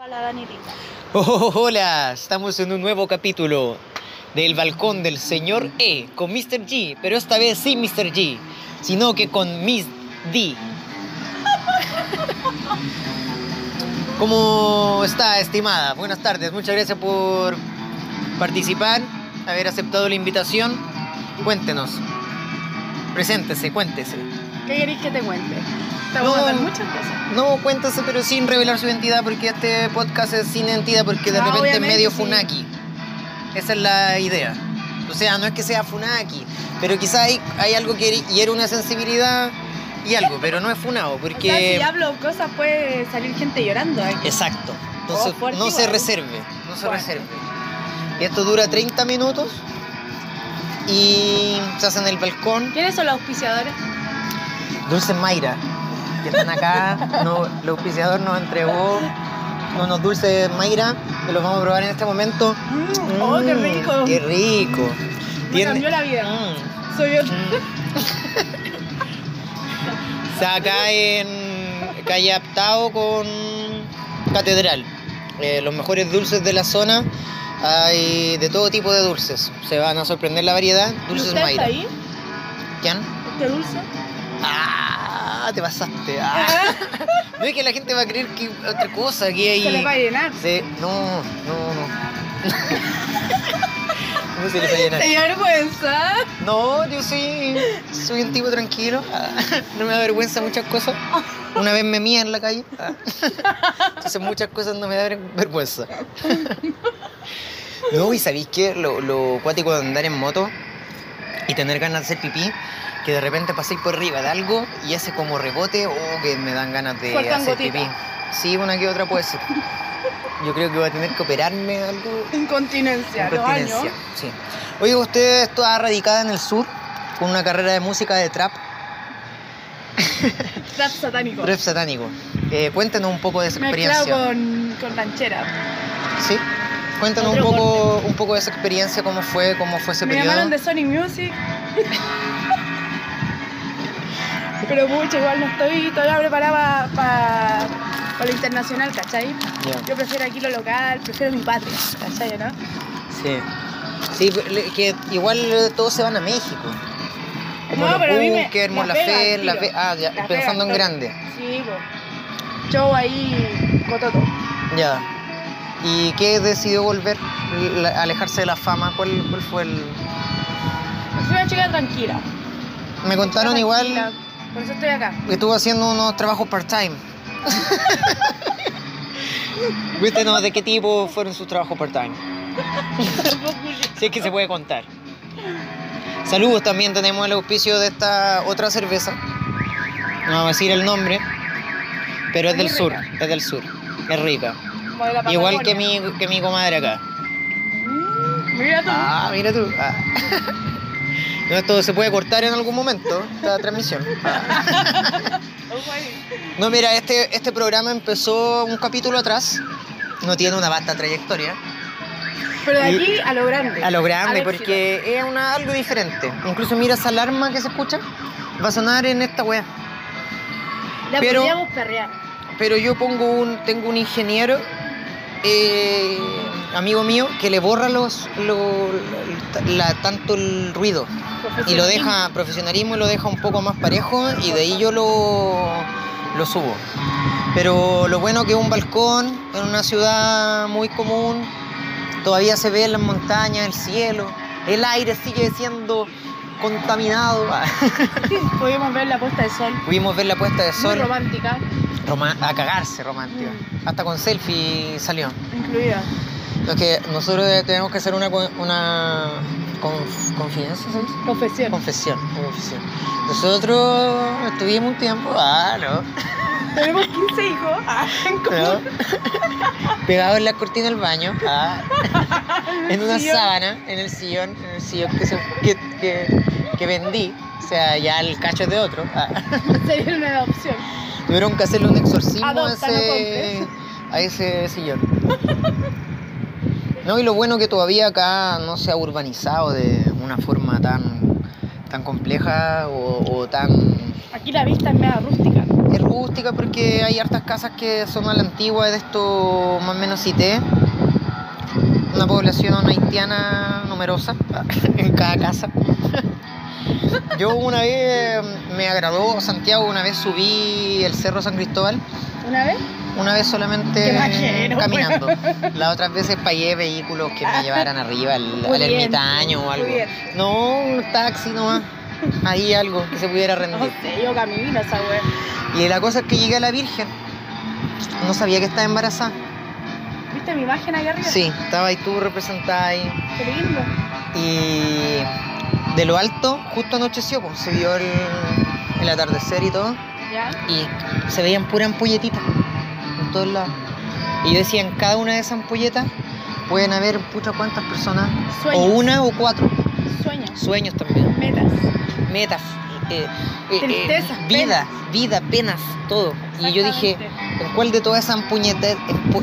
Hola, Danilita. Hola, estamos en un nuevo capítulo del balcón del señor E con Mr. G, pero esta vez sin Mr. G, sino que con Miss D. ¿Cómo está, estimada? Buenas tardes, muchas gracias por participar, haber aceptado la invitación. Cuéntenos, preséntese, cuéntese. ¿Qué queréis que te cuente? Te voy a contar muchas cosas. No, cuéntese, pero sin revelar su identidad, porque este podcast es sin identidad, porque de repente es medio sí. funaki. Esa es la idea. O sea, no es que sea funaki, pero quizás hay algo que hiere una sensibilidad y algo, pero no es funado, porque... O sea, si hablo cosas puede salir gente llorando aquí. Exacto. Entonces, no se reserve, no se reserve. Y esto dura 30 minutos y se hace en el balcón. ¿Quiénes son los auspiciadores? Dulces Mayra, que están acá. El auspiciador nos entregó unos dulces Mayra, que los vamos a probar en este momento. ¡Oh, qué rico! ¡Qué rico! Me cambió la vida. Soy yo. Está acá en calle Aptao con Catedral. Los mejores dulces de la zona. Hay de todo tipo de dulces. Se van a sorprender la variedad. Dulces ¿Usted Mayra. está ahí? ¿Quién? ¿Este dulce? ¡Ah! Te pasaste. No es que la gente va a creer que otra cosa, que hay... Se les va a llenar. Sí. No. No se les va a llenar. ¿Te dio vergüenza? No, yo soy un tipo tranquilo. No me da vergüenza muchas cosas. Una vez me mía en la calle. Entonces muchas cosas no me da vergüenza. No, y ¿sabéis qué? Lo cuático de andar en moto y tener ganas de hacer pipí, que de repente paséis por arriba de algo y hace como rebote, que me dan ganas de hacer pipí. Sí, una que otra puede ser. Yo creo que voy a tener que operarme algo. Incontinencia. Sí. Oye, usted está radicada en el sur con una carrera de música de trap. Trap satánico. Trap satánico. Cuéntenos un poco de esa experiencia. Mezclado con ranchera. Sí. Cuéntanos un poco de esa experiencia, cómo fue ese periodo. Me llamaron de Sony Music. Pero mucho, igual no estoy todavía preparada para lo internacional, ¿cachai? Yeah. Yo prefiero aquí lo local, prefiero mi patria, ¿cachai, no? Sí, que igual todos se van a México. Como no, los pero Búnker, Mon Laferte, ya, pensando en grande. Sí, pues. Show ahí, cototo. Ya. ¿Y qué decidió volver? Alejarse de la fama. ¿Cuál fue el...? Soy una chica tranquila. Me contaron igual... Por eso estoy acá. Que estuvo haciendo unos trabajos part-time. Cuéntanos de qué tipo fueron sus trabajos part-time. Si es que se puede contar. Saludos, también tenemos el auspicio de esta otra cerveza. No vamos a decir el nombre, pero es del sur. Es del sur. Es rica. Igual que mi comadre acá. Mira tú. Mira tú. No, esto se puede cortar en algún momento, esta transmisión. No, mira, este programa empezó un capítulo atrás. No tiene una vasta trayectoria. Pero de aquí a lo grande. A lo grande, porque es algo diferente. Incluso mira esa alarma que se escucha. Va a sonar en esta wea. La podríamos perrear. Pero yo tengo un ingeniero, amigo mío, que le borra tanto el ruido. Y lo deja, profesionalismo, y lo deja un poco más parejo, y de ahí yo lo subo. Pero lo bueno que es un balcón en una ciudad muy común, todavía se ve en las montañas, el cielo, el aire sigue siendo contaminado. Pudimos ver la puesta de sol. Muy romántica. A cagarse romántica. Hasta con selfie salió. Incluida. Es que nosotros tenemos que hacer una confidencia, ¿sabes? Confesión. Nosotros estuvimos un tiempo, tenemos 15 hijos. No. Pegados en la cortina del baño, en una sábana, en el sillón que vendí, o sea, ya el cacho es de otro. Sería una adopción. Tuvieron que hacerle un exorcismo Adopta, a ese sillón. No, y lo bueno que todavía acá no se ha urbanizado de una forma tan compleja o tan... Aquí la vista es media rústica. es rústica porque hay hartas casas que son a la antigua, de esto más o menos cité. Una población haitiana numerosa en cada casa. Yo una vez me agradó Santiago, una vez subí el Cerro San Cristóbal. ¿Una vez? Una vez solamente Qué majero, caminando. Las otras veces pagué vehículos que me llevaran arriba al ermitaño o algo. No, un taxi nomás. Ahí algo que se pudiera rendir. No sé, yo camino esa wea. Y la cosa es que llegué a la Virgen. No sabía que estaba embarazada. ¿Viste mi imagen ahí arriba? Sí, estaba ahí tú representada ahí. Qué lindo. Y de lo alto, justo anocheció, pues, se vio el atardecer y todo. ¿Ya? Y se veían puras ampolletitas en todos lados. Y yo decía, en cada una de esas ampolletas pueden haber, pucha, ¿cuántas personas? Sueños. O una o cuatro. Sueños. Sueños también. Metas. Tristezas, vida, penas, todo. Y yo dije, Exactamente. ¿en cuál de todas esas ampuñetas,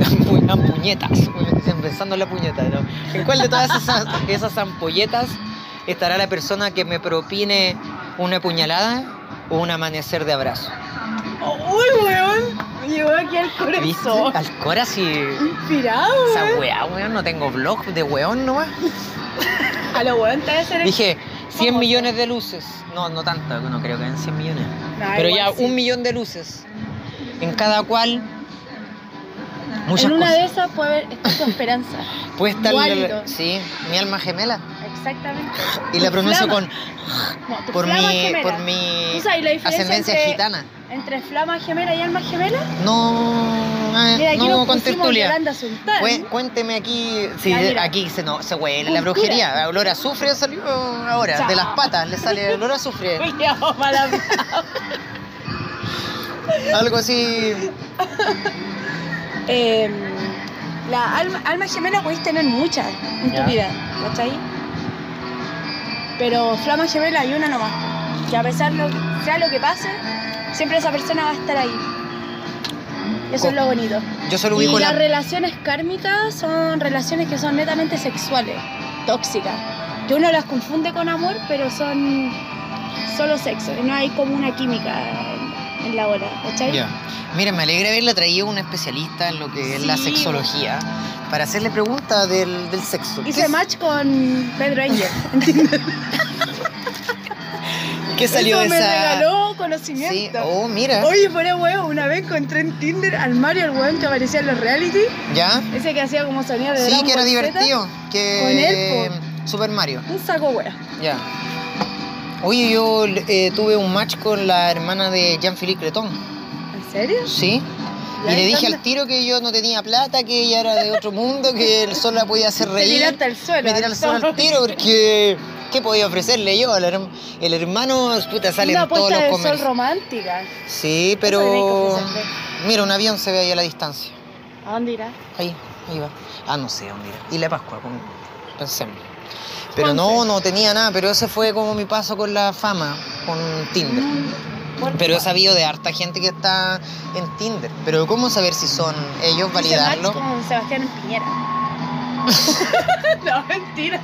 empezando la puñeta, ¿no? ¿En cuál de todas esas ampolletas estará la persona que me propine una puñalada o un amanecer de abrazo? ¡Uy, weón! Me llegó aquí al ¿Viste? corazón. Al cora sí. Inspirado, Esa weón. weá, weón, no tengo blog de weón nomás. A lo weón te debe ser el... Dije, 100 ¿Cómo? millones de luces. No tanto, no creo que en 100 millones. Nah, Pero igual ya sí. 1 millón de luces. En cada cual, muchas En una cosas. de esas puede haber está tu esperanza. Puede estar, Igualito. sí, mi alma gemela. Exactamente. Y la Tu pronuncio flama. con, No, tu por flama mi, gemela. por mi ¿Tú sabes la diferencia ascendencia entre, gitana. entre flama gemela y alma gemela? No, Mira, aquí no nos con pusimos tertulia. Yolanda Sultán. Cuénteme aquí, sí, Ya, mira. aquí se huele la Cultura. brujería. Olor a azufre salió ahora, Chao. de las patas le sale olor a azufre. Ya, mala mía. Algo así. La alma gemela podéis tener muchas en Ya. tu vida, ¿cachai? Pero flama gemela hay una nomás. Que a pesar sea lo que pase, siempre esa persona va a estar ahí. Eso es lo bonito. Yo solo Y ubico las la. relaciones kármicas son relaciones que son netamente sexuales, tóxicas. Que uno las confunde con amor, pero son solo sexo. No hay como una química en la hora, ¿cachai? Ya. Mira, me alegra haberle traído un especialista en lo que es la Sí. sexología para hacerle preguntas del sexo. Hice match con Pedro Engel. ¿Qué salió Eso de me esa? regaló conocimiento. Sí, oh, mira. Oye, fuera huevo, una vez encontré en Tinder al Mario, el weón que aparecía en los reality. ¿Ya? Ese que hacía como sonido de Sí, Dragon que era Ball Z. divertido. Que Con él, Super Mario. Un saco wea. Ya. Oye, yo tuve un match con la hermana de Jean-Philippe Creton. ¿En serio? Sí. Ya, Y le dije ¿dónde? al tiro que yo no tenía plata, que ella era de otro mundo, que él solo la podía hacer Te reír. tiraste al suelo. Me tiré al suelo al tiro porque... ¿Qué podía ofrecerle yo? El hermano, puta, sale Una en todos puesta los de sol comercios. romántica. Sí, Eso tenés que pero... ofrecerle. Mira, un avión se ve ahí a la distancia. ¿A dónde irá? Ahí va. Ah, no sé dónde ir. Y la Pascua, pensemos. Pero Conce. no tenía nada, pero ese fue como mi paso con la fama, con Tinder. Pero he sabido de harta gente que está en Tinder. Pero ¿cómo saber si son ellos, Hice match validarlo? con Sebastián en Piñera. No, mentira.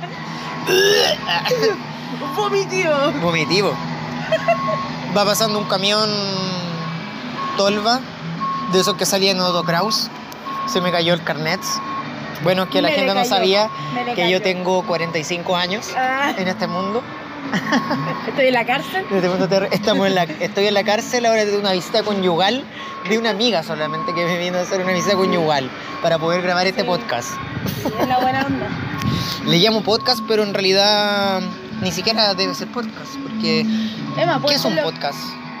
Vomitivo. Vomitivo. Va pasando un camión tolva, de esos que salían en Autocraus. Se me cayó el carnet. Bueno, es que la Me le gente no cayó, sabía me le que yo cayó. tengo 45 años Ah, en este mundo. estoy en la cárcel. Estoy en la cárcel ahora de una visita conyugal de una amiga solamente que me vino a hacer una visita conyugal para poder grabar este Sí. podcast. Sí, es la buena onda. Le llamo podcast, pero en realidad ni siquiera debe ser podcast, porque Emma, ¿qué ¿puedes es un hacerlo? podcast?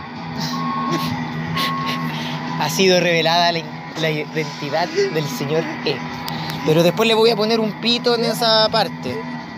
Ha sido revelada la identidad del señor E. Pero después le voy a poner un pito en esa parte.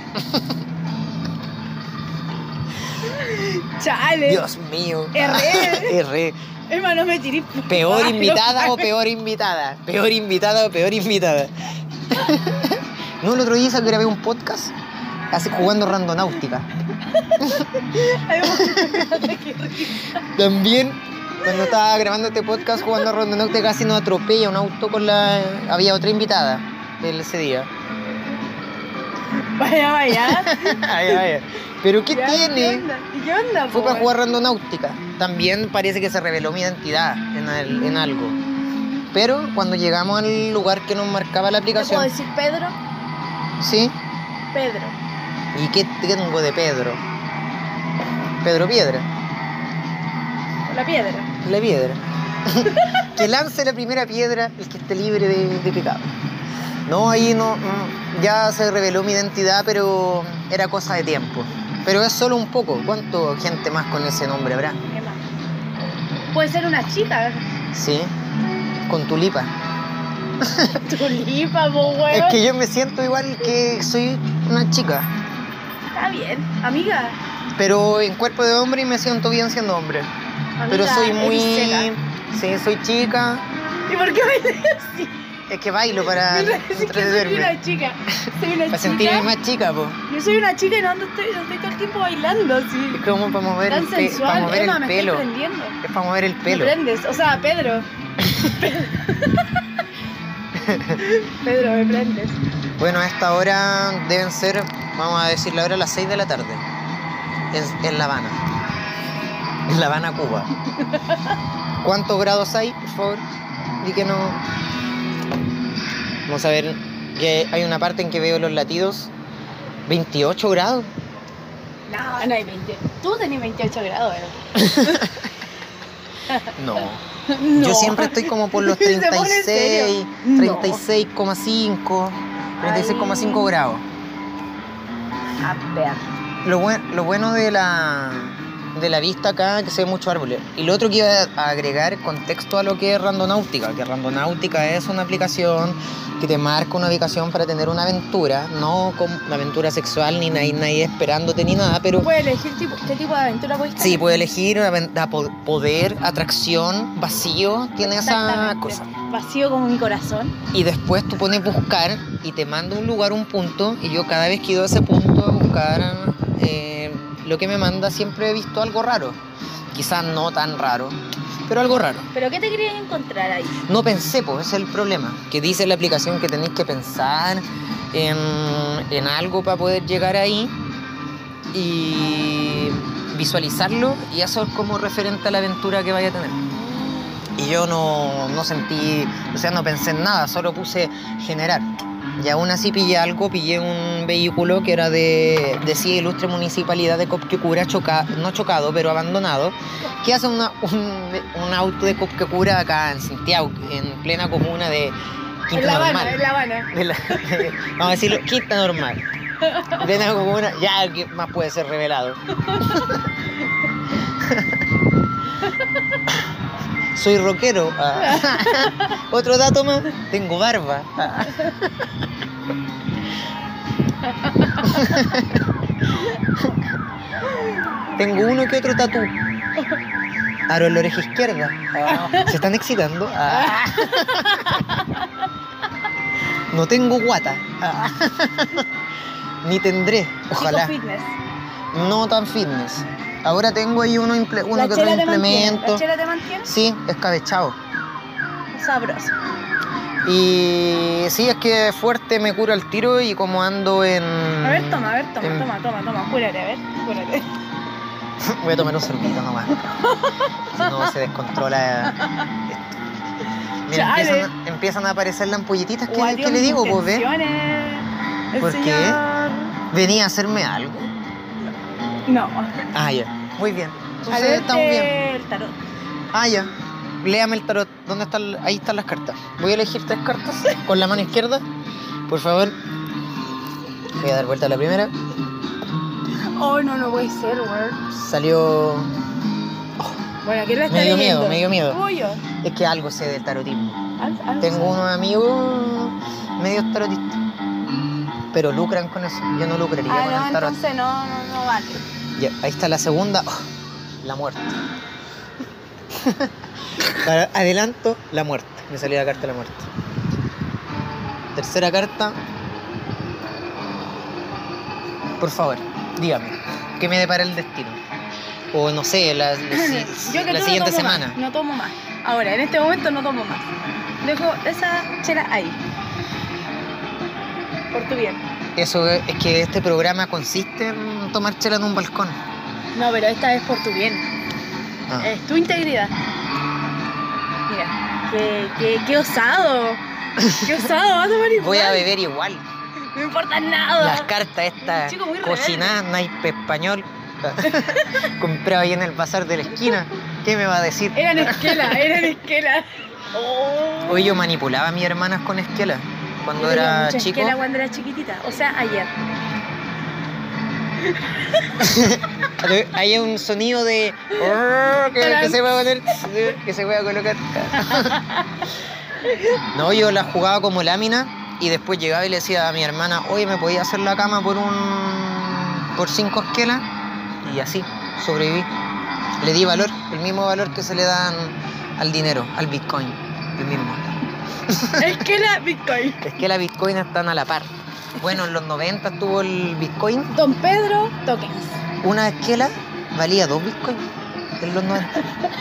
Chale. Dios mío. Erré. Erré. Emma, no me tirís. ¿Peor Ah, invitada no. o peor invitada? ¿Peor invitada o peor invitada? No, el otro día grabé un podcast jugando randonáutica. Ay, qué risa. También, cuando estaba grabando este podcast jugando randonáutica, casi nos atropella un auto con la... Había otra invitada ese día. Vaya. Ay, ay. Pero ¿qué Ya, tiene? ¿Y qué onda, Fue po, para weón? jugar Randonáutica. También parece que se reveló mi identidad en algo. Pero cuando llegamos al lugar que nos marcaba la ¿Te puedo aplicación... decir Pedro? Sí. Pedro. ¿Y qué tengo de Pedro? Pedro Piedra. La piedra. La piedra. Que lance la primera piedra el que esté libre de pecado. No, ahí no, ya se reveló mi identidad, pero era cosa de tiempo. Pero es solo un poco. ¿Cuánto gente más con ese nombre habrá? ¿Qué más? Puede ser una chica. Sí, con tulipa. Tulipa, po, weón. Es que yo me siento igual que soy una chica, Está bien. Amiga. pero en cuerpo de hombre y me siento bien siendo hombre. Pero Amiga, soy eres muy... seca. Sí, soy chica. ¿Y por qué bailas así? Es que bailo para Decís que soy entretenerme. una chica. Soy una Para chica. sentirme más chica, pues. Yo soy una chica y no estoy todo el tiempo bailando así. Es como para mover Tan el, sensual. para mover Emma, el me pelo. estoy prendiendo. Es para mover el Me pelo. prendes. O sea, Pedro. Pedro, me prendes. Bueno, a esta hora deben ser, vamos a decir la hora, las 6 de la tarde. En La Habana. En La Habana, Cuba. ¿Cuántos grados hay, por favor? Di que no. Vamos a ver que hay una parte en que veo los latidos. 28 grados. No hay 20. Tú tenés 28 grados, ¿verdad? No. No. Yo siempre estoy como por los Se pone serio. 36, 36,5, 36,5 grados. A ver. Lo bueno de la vista acá es que se ve muchos árboles. Y lo otro que iba a agregar contexto a lo que es Randonáutica, que Randonáutica es una aplicación que te marca una ubicación para tener una aventura, no con una aventura sexual, ni nadie esperándote ni nada, pero Puedes elegir qué tipo de aventura puedes tener. sí, puedes elegir poder, atracción, vacío, tiene esa Exactamente. cosa. Vacío como mi corazón. Y después tú pones buscar y te manda un lugar, un punto, y yo cada vez que he ido a ese punto a buscar lo que me manda siempre he visto algo raro. Quizás no tan raro, pero algo raro. ¿Pero qué te querías encontrar ahí? No pensé, pues ese es el problema. Que dice la aplicación que tenéis que pensar en algo para poder llegar ahí y visualizarlo, y eso es como referente a la aventura que vaya a tener. Y yo no sentí, o sea, no pensé en nada, solo puse generar. Y aún así pillé un vehículo que era de sí, Ilustre Municipalidad de Copquecura, no chocado, pero abandonado, que hace un auto de Copquecura acá en Santiago, en plena comuna de Quinta En La Habana, Normal. en La Habana. Vamos a decirlo, Quinta Normal. Plena comuna, ya, ¿qué más puede ser revelado? Soy rockero. Otro dato más, tengo barba. Tengo uno que otro tatú. Aro en la oreja izquierda. ¿Se están excitando? No tengo guata. Ni tendré, ojalá. Chico fitness. No tan fitness. Ahora tengo ahí uno que otro chela te mantiene. implemento. ¿La chela te mantiene? Sí, escabechado. Sabroso. Y sí, es que fuerte me cura el tiro, y como ando en... A ver, toma, en- júrate, a ver, júrate. Voy a tomar un sorbito nomás. Si no, se descontrola esto. Mira, Chale. empiezan a aparecer las ampolletitas. Guay, ¿Qué le digo, pues, ve? intenciones. El ¿Por qué? señor- Venía a hacerme algo. No. Ah, ya. Muy bien. A Entonces ver, estamos bien. el tarot. Ah, ya. Léame el tarot. ¿Dónde están? Ahí están las cartas. Voy a elegir 3 cartas con la mano izquierda. Por favor. Voy a dar vuelta a la primera. Oh, no puede ser, weón. Salió... Bueno, ¿quién la está Me dio leyendo? miedo, me dio miedo. ¿Tú o yo? Es que algo sé del tarotismo. Algo Tengo sé. unos amigos medios tarotistas, pero lucran con eso. Yo no lucraría con No, el tarot. entonces no vale. Ya, ahí está la segunda. Oh, la muerte. Para adelanto, la muerte. Me salió la carta de la muerte. Tercera carta. Por favor, dígame, ¿qué me depara el destino? O no sé, la Yo que la tú siguiente no tomo semana. Más, no tomo más. Ahora, en este momento no tomo más. Dejo esa chela ahí. Por tu bien. Eso es que este programa consiste en tomar chela en un balcón. No, pero esta es por tu bien. Ah. Es tu integridad. Mira, qué osado. Qué osado, vas a tomar igual. Voy a beber igual. No me importa nada. Las cartas estas Chico, muy cocinadas, naipe español, comprado ahí en el bazar de la esquina. ¿Qué me va a decir? Eran esquelas. Oh. Hoy yo manipulaba a mis hermanas con esquela cuando Yo tenía era mucha chico. esquela cuando era chiquitita. O sea, ayer. Hay un sonido de que se va a poner, que se va a colocar. No, yo la jugaba como lámina y después llegaba y le decía a mi hermana, oye, ¿me podía hacer la cama por 5 esquelas? Y así sobreviví. Le di valor, el mismo valor que se le dan al dinero, al Bitcoin, el mismo. Esquela, Bitcoin. Es que la Bitcoin están a la par. Bueno, en los 90 tuvo el Bitcoin. Don Pedro, tokens. Una esquela valía 2 Bitcoin en los 90.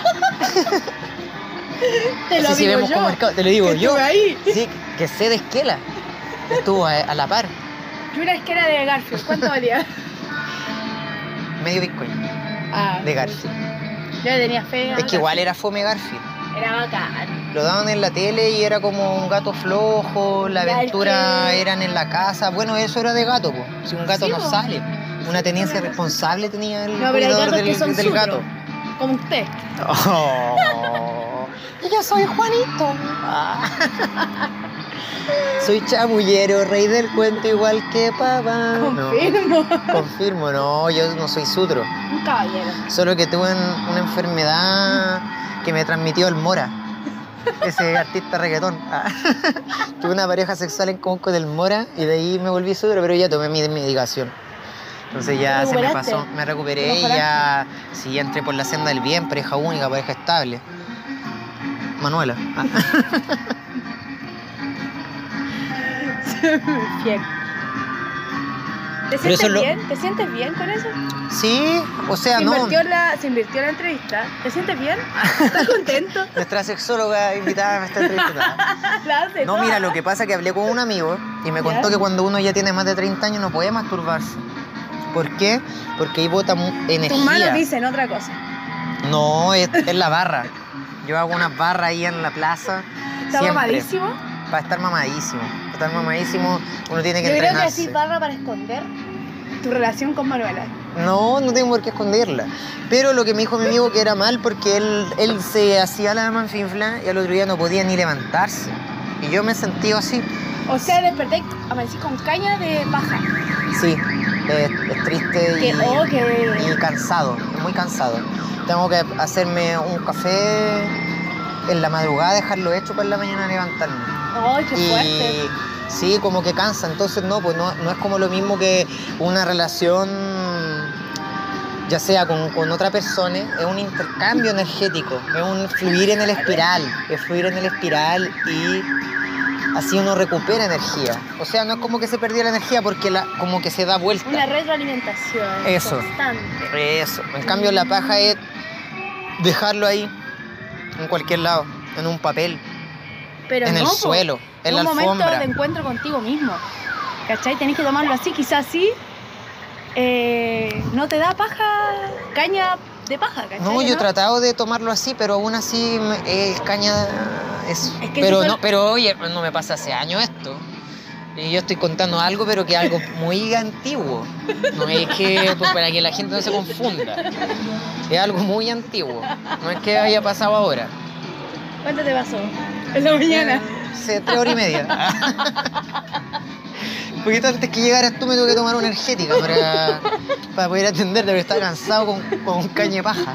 Te lo Así si digo vemos yo. como mercado, te lo digo que yo. estuve ahí. Sí, que sé de esquela. Estuvo a la par. Y una esquela de Garfield, ¿cuánto valía? Medio Bitcoin de Garfield. Yo le tenía fe. Es que igual era fome Garfield. Era bacán. Lo daban en la tele y era como un gato flojo, la Ya, aventura es que- eran en la casa. Bueno, eso era de gato, po. Si un gato Sí, no po. sale. Una tenencia responsable tenía el No, pero hay cuidador gatos que son del sutro, gato. como usted. Oh, yo soy Juanito. Ah. Soy chamullero, rey del cuento igual que papá. Confirmo. No, confirmo, no, yo no soy sutro. Un caballero. Solo que tuve una enfermedad que me transmitió el Mora, ese artista reggaetón. Ah. Tuve una pareja sexual en común con el Mora y de ahí me volví sutro, pero ya tomé mi medicación. Entonces ya ¿Te se me recuperaste? pasó, me recuperé ¿Te y ya sí, entré por la senda del bien, pareja única, pareja estable. Manuela. Ah. Fiel. ¿Te Pero eso sientes lo- bien? ¿Te sientes bien con eso? Sí, o sea, Se no. invirtió la entrevista. ¿Te sientes bien? ¿Estás contento? Nuestra sexóloga invitada me está entrevistando. La hace No, toda. mira, lo que pasa es que hablé con un amigo y me contó ¿Ya? que cuando uno ya tiene más de 30 años no puede masturbarse. ¿Por qué? Porque ahí bota energía. Tus manos dicen otra cosa. No, es la barra. Yo hago unas barras ahí en la plaza. ¿Está siempre. mamadísimo? Para estar mamadísimo. Para estar mamadísimo uno tiene que Yo creo que entrenarse. así barra para esconder tu relación con Manuela. No, no tengo por qué esconderla. Pero lo que me dijo mi amigo que era mal porque él se hacía la manfinfla y al otro día no podía ni levantarse. Y yo me sentí así. O sea, desperté, amanecí con caña de paja. Sí, es triste y cansado, muy cansado. Tengo que hacerme un café en la madrugada, dejarlo hecho para en la mañana levantarme. ¡Ay, qué fuerte! Sí, como que cansa, entonces no, pues no es como lo mismo que una relación, ya sea con otra persona, es un intercambio energético, es un fluir en el espiral, y así uno recupera energía. O sea, no es como que se perdió la energía porque como que se da vuelta. Una retroalimentación Eso. constante. Eso. En cambio, la paja es dejarlo ahí, en cualquier lado, en un papel, Pero en no, el po. suelo, en la un momento alfombra. de encuentro contigo mismo. ¿Cachai? Tenés que tomarlo así, quizás así. No te da paja, caña de paja, ¿cachai? No, yo he tratado de tomarlo así, pero aún así caña es. Es que Pero eso no, pero oye, no me pasa hace años esto. Y yo estoy contando algo, pero que es algo muy antiguo. No es que pues, para que la gente no se confunda. Es algo muy antiguo. No es que haya pasado ahora. ¿Cuánto te pasó? En la mañana. Hace 3 horas y media. Un poquito antes que llegaras tú me tuve que tomar una energética para poder atenderte, porque estaba cansado con caña de paja.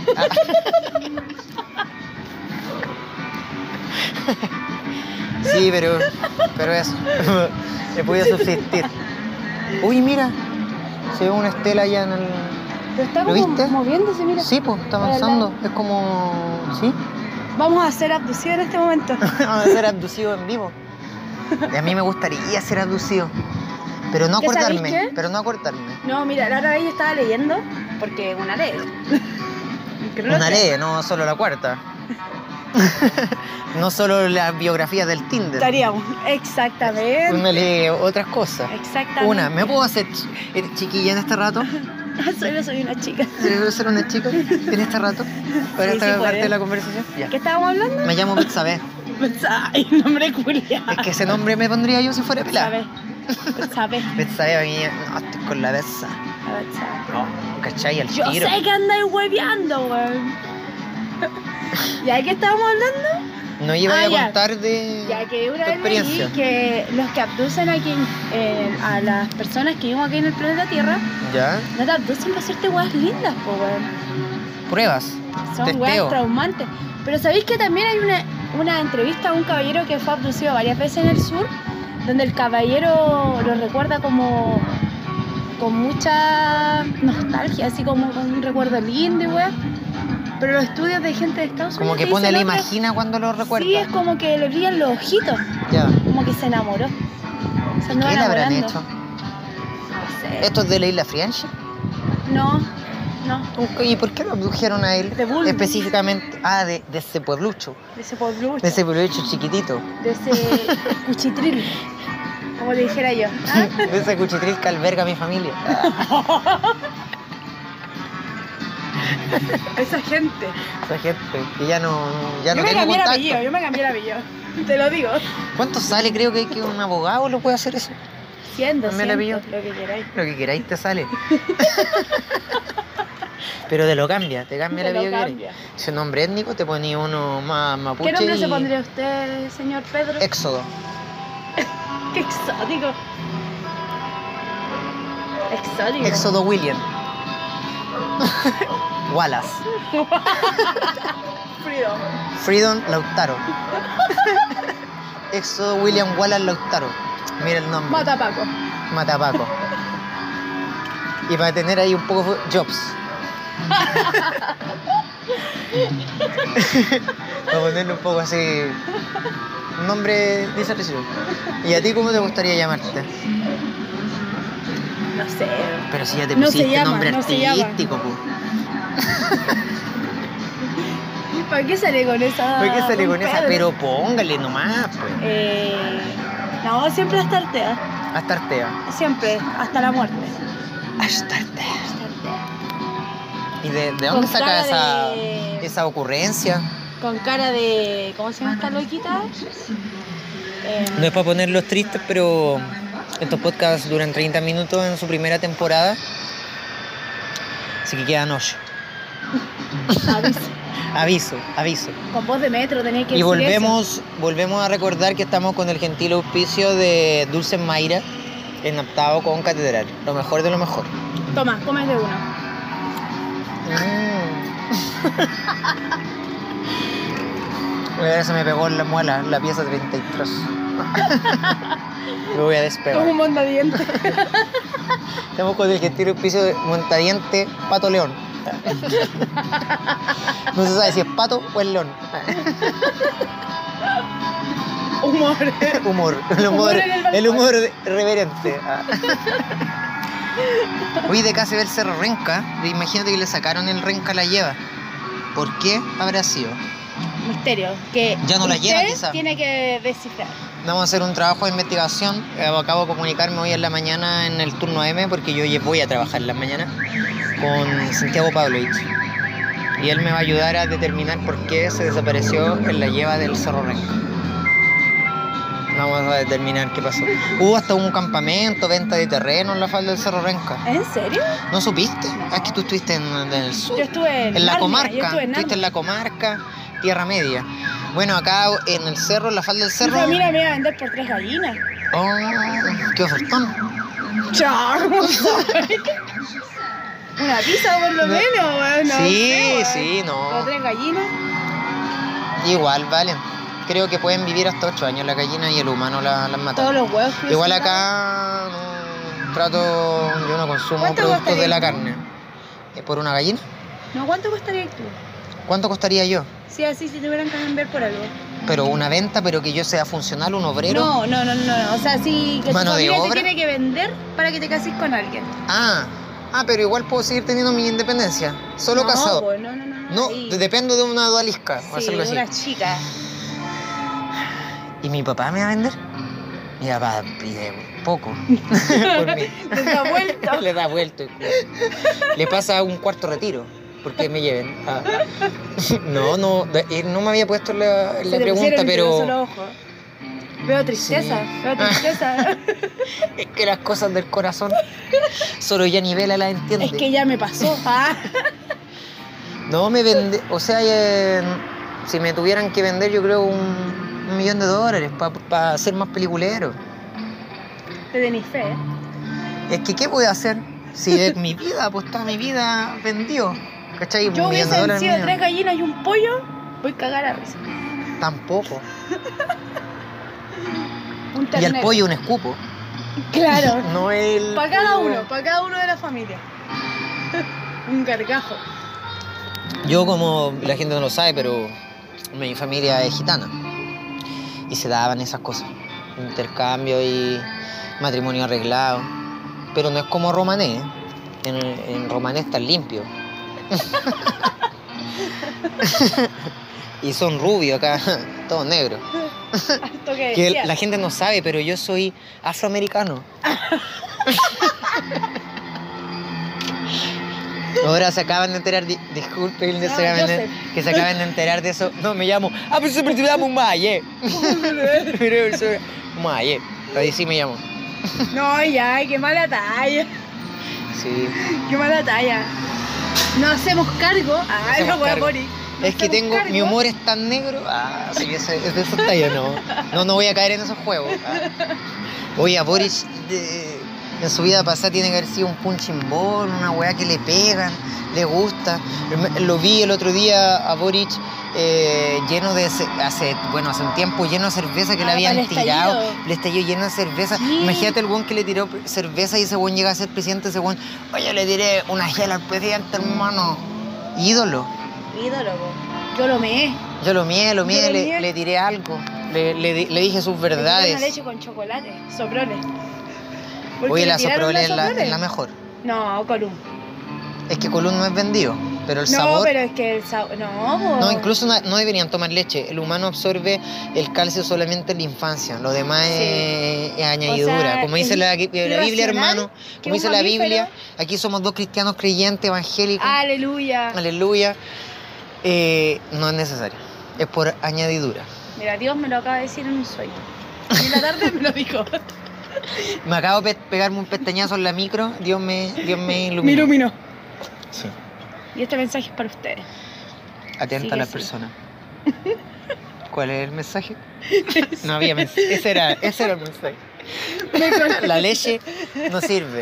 Sí, pero eso. He podido subsistir. Uy, mira. Se ve una estela allá en el... Pero está ¿Lo como viste? moviéndose, mira. Sí, pues, está Para el avanzando. Es como... ¿Sí? Vamos a ser abducidos en este momento. Vamos a ser abducidos en vivo. Y a mí me gustaría ser abducido. Pero no ¿Qué sabéis acordarme. qué? Pero no acordarme. No, mira, la otra vez yo estaba leyendo, porque una ley. Que no lo Una sé. ley, no solo la cuarta. No solo las biografías del Tinder. Estaríamos, exactamente. Uno lee otras cosas. Exactamente. Una, ¿me puedo hacer chiquilla en este rato? Solo soy una chica. ¿Debo ser una chica en este rato? ¿Para Sí, esta sí, parte puede. de la conversación? Ya. ¿Qué estábamos hablando? Me llamo Betsabe. Ay, nombre culiado. Es que ese nombre me pondría yo si fuera pelada. Sabe. Betsabe, no, estoy con la Betsa. No, ¿cachai? Al Yo tiro. sé que andáis hueveando, weón. ¿Y a qué estábamos hablando? No iba a ya. contar de Ya que una tu vez leí experiencia. que los que abducen aquí a las personas que vivimos aquí en el planeta Tierra, ¿Ya? no te abducen para hacerte weas lindas, po, weón. Pruebas. Son Testeo. weas traumantes. Pero ¿sabéis que también hay una entrevista a un caballero que fue abducido varias veces en el sur? Donde el caballero lo recuerda como con mucha nostalgia, así como con un recuerdo lindo y weá. Pero los estudios de gente de Estados Unidos Como que te pone dicen la otra- imagina cuando lo recuerda. Sí, es como que le brillan los ojitos, Ya. como que se enamoró. Se andaba ¿Qué le habrán enamorando. hecho? No sé. ¿Esto es de la isla Friendship? No. ¿Y por qué lo abdujeron a él? De Bull. Específicamente, de ese pueblucho. De ese pueblucho. De ese pueblucho chiquitito. De ese cuchitril. Como le dijera yo. ¿Ah? De ese cuchitril que alberga a mi familia. Esa gente. Esa gente que ya no Yo me tengo cambié el contacto. apellido, yo me cambié el apellido. Te lo digo. ¿Cuánto sale? Creo que un abogado lo puede hacer eso. 100, ¿Me la 200, pilló? lo que queráis. Lo que queráis te sale. Pero te lo cambia, te cambia Te la lo vida que cambia. queréis. Si un nombre étnico te ponía uno más mapuche. ¿Qué nombre y se pondría usted, señor Pedro? Éxodo. Qué exótico. Exótico. Éxodo William. Wallace. Freedom. Freedom Lautaro. Éxodo William Wallace Lautaro. Mira el nombre. Mata a Paco. Matapaco. Y para tener ahí un poco Jobs. Para ponerle un poco así. Un nombre desaparecido. ¿Y a ti cómo te gustaría llamarte? No sé. Pero si ya te No se pusiste llama, nombre no se llama. artístico, po. ¿Para qué sale con esa? ¿Por qué sale con esa? Pedro? Pero póngale nomás, pues. No, siempre hasta Artea. Hasta Artea. Siempre, hasta la muerte. Hasta Artea. Hasta Artea. ¿Y de Con dónde saca cara de- esa ocurrencia? Con cara de. ¿Cómo se llama esta loquita? No es para ponerlos tristes, pero estos podcasts duran 30 minutos en su primera temporada. Así que queda noche. Aviso. Aviso. Con voz de metro tenía que Y decir volvemos a recordar que estamos con el gentil auspicio de Dulce Mayra en Aptao con Catedral. Lo mejor de lo mejor. eso. Toma, comes de uno. Ahora se me pegó en la muela, la pieza 33. Me voy a despegar. Como un mondadiente. Estamos con el gentil auspicio de Montadiente Pato León. No se sabe si es pato o es león. Humor. Humor. El humor reverente. Hoy de acá se ve el Cerro Renca. Imagínate que le sacaron el Renca a la lleva. ¿Por qué habrá sido? Misterio. Que Ya no la lleva, usted quizá. tiene que descifrar. Vamos a hacer un trabajo de investigación. Acabo de comunicarme hoy en la mañana en el turno M, porque yo ya voy a trabajar en la mañana, con Santiago Pavlovich. Y él me va a ayudar a determinar por qué se desapareció en la lleva del Cerro Renca. Vamos a determinar qué pasó. Hubo hasta un campamento, venta de terreno en la falda del Cerro Renca. ¿En serio? ¿No supiste? Es que tú estuviste en el sur. Yo estuve en En la Narnia, comarca. yo estuve en Estuviste en Narnia. la comarca, Tierra Media. Bueno, acá en el cerro, en la falda del Mi cerro. familia me iba a vender por 3 gallinas. Oh, qué ofertón. Chao. Una pizza por lo menos, weón. No Sí, sé, weón. sí, no. Por 3 gallinas. Igual, valen. Creo que pueden vivir hasta 8 años la gallina y el humano las mata. Todos los huevos. Igual crucificados. acá yo no consumo ¿Cuánto productos costaría de la tú? carne. ¿Por una gallina? No, ¿cuánto costaría tú? ¿Cuánto costaría yo? Sí, así si tuvieran que cambiar por algo. Pero una venta, pero que yo sea funcional, un obrero. No. O sea, sí que tu ¿Mano de familia te obra? tiene que vender para que te cases con alguien. Ah, pero igual puedo seguir teniendo mi independencia. Solo no, casado. pues, no. No, ahí. dependo de una dualisca, o Sí, hacerlo así. una chica. ¿Y mi papá me va a vender? Mi papá pide poco por mí. Les da vuelta. Le da vuelto. Le pasa un cuarto retiro porque me lleven. Ah. No, no me había puesto la Se te pregunta, pusieron pero los ojos. Veo tristeza, Sí. veo tristeza. es que las cosas del corazón solo ya ni Vela las entiende. Es que ya me pasó. Ah. No, me vende, o sea, si me tuvieran que vender, yo creo $1 millón para ser más peliculero. Te tenés fe, ¿eh? Es que, ¿qué voy a hacer? Si es mi vida, pues toda mi vida vendió. ¿Cachai? Yo $1 millón hubiese sido mío. 3 gallinas y un pollo, voy a cagar a risa. Tampoco. Un Y ternero. el pollo un escupo. Claro. No el. Para cada pollo. uno, para cada uno de la familia. Un gargajo. Yo, como la gente no lo sabe, pero mi familia es gitana. Y se daban esas cosas. Intercambio y matrimonio arreglado. Pero no es como romané. En romané están limpios. Y son rubios acá, todos negros. Esto que Que decía. la gente no sabe, pero yo soy afroamericano. Ahora se acaban de enterar, disculpen, Joseph. que se acaban de enterar de eso. No, me llamo. Ah, pero siempre te llamo un Maye. Maye. Ahí sí me llamo. No, ya, qué mala talla. Sí. Qué mala talla. No hacemos cargo. Ah, hacemos no voy a cargo. morir. No Es que hacemos tengo. cargo. Mi humor es tan negro. Ah, sí, es de esos tallos, no. No voy a caer en esos juegos. Ah. Oye, a Boric en su vida pasada tiene que haber sido un punching ball, una weá que le pegan, le gusta. Lo vi el otro día a Boric lleno de. Hace un tiempo lleno de cerveza que le habían para el tirado. estallido. Le estalló lleno de cerveza. Sí. Imagínate el weón que le tiró cerveza y ese weón llega a ser presidente. Ese weón, oye, le tiré una gel al presidente, hermano. Ídolo. Ídolo, po. Yo lo meé. Yo lo mié, Yo lo mié. le tiré algo. Le dije sus Le tiré verdades. una leche con chocolate. Soprones. ¿Por qué Oye, le la tiraron Soprole los es la soprones? mejor. No, Column. Es que Column no es vendido, pero el No, sabor. pero es que el sabor. No, po. No, incluso no deberían tomar leche. El humano absorbe el calcio solamente en la infancia. Lo demás Sí. es añadidura. O sea, como dice es la Biblia, irracional hermano. que Como un dice la mamífero- Biblia, aquí somos 2 cristianos creyentes, evangélicos. Aleluya. Aleluya. No es necesario. Es por añadidura. Mira, Dios me lo acaba de decir en un sueño. Y en la tarde me lo dijo. Me acabo de pegarme un pestañazo en la micro. Dios me iluminó. Me iluminó. Sí. Y este mensaje es para ustedes. Atenta Sigue a la así. persona. ¿Cuál es el mensaje? No había mensaje. Ese era el mensaje. La leche no sirve.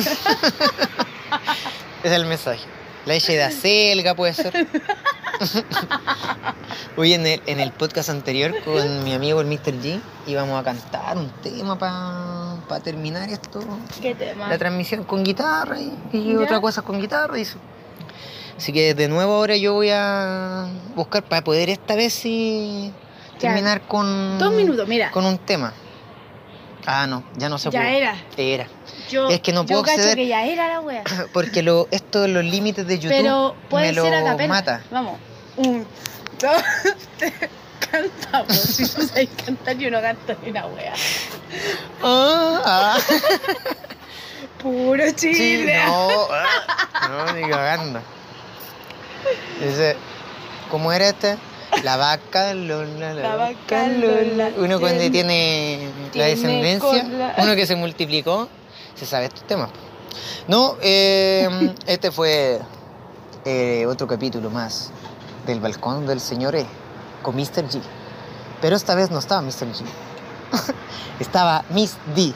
Ese es el mensaje. La leche de acelga puede ser. Hoy en el podcast anterior con mi amigo el Mr. G íbamos a cantar un tema para terminar esto. ¿Qué tema? La transmisión con guitarra y ¿Ya? otra cosa con guitarra. Así que de nuevo ahora yo voy a buscar para poder esta vez sí Ya. terminar con 2 minutos, mira. con un tema. Ah, no, ya no se Ya pudo. era. Era. Yo, Es que no puedo yo cacho acceder. que ya era la wea. Porque esto de los límites de YouTube Pero puede me lo ser a capela. mata. Vamos. 1, 2, 3. Cantamos. Si tú sabes cantar, yo no canto ni una wea. Ah, Puro sí, Chile. no, ni cagando. Dice, ¿cómo era este? La vaca Lola, la vaca Lola. Uno cuando tiene la tiene descendencia, cola. uno que se multiplicó, se sabe estos temas. No, este fue otro capítulo más del balcón del señor E con Mr. G. Pero esta vez no estaba Mr. G. Estaba Miss D.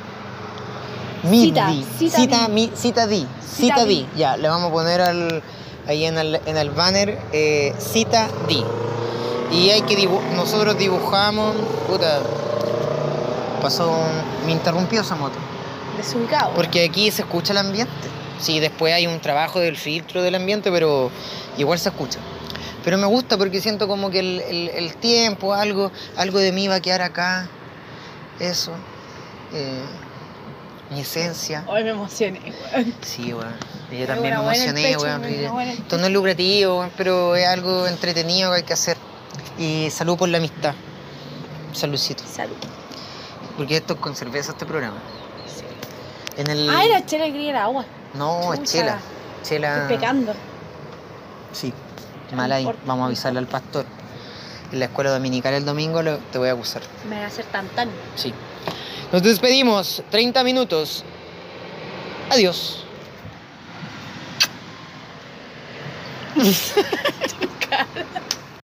Cita, D. Cita Cita, D. Cita D. Cita Cita D. D. Ya, le vamos a poner ahí en el banner Cita D. Y hay que nosotros dibujamos. Puta. Me interrumpió esa moto. Desubicado. Porque aquí se escucha el ambiente. Sí, después hay un trabajo del filtro del ambiente, pero igual se escucha. Pero me gusta porque siento como que el tiempo, algo de mí va a quedar acá. Eso. Mi esencia. Hoy me emocioné, weón. Sí, bueno. Y yo también me Una buena emocioné, el pecho, weón. una buena el Esto no es lucrativo, weón, pero es algo entretenido que hay que hacer. Y salud por la amistad. Saludcito. Salud. Porque esto es con cerveza este programa. En el... Ay, la chela que era agua. No, es Chucha. chela. Chela. Estoy pecando. Sí. Mal ahí. importa, Vamos a no avisarle al pastor. En la escuela dominical el domingo te voy a acusar. Me va a hacer tan. Sí. Nos despedimos. 30 minutos. Adiós.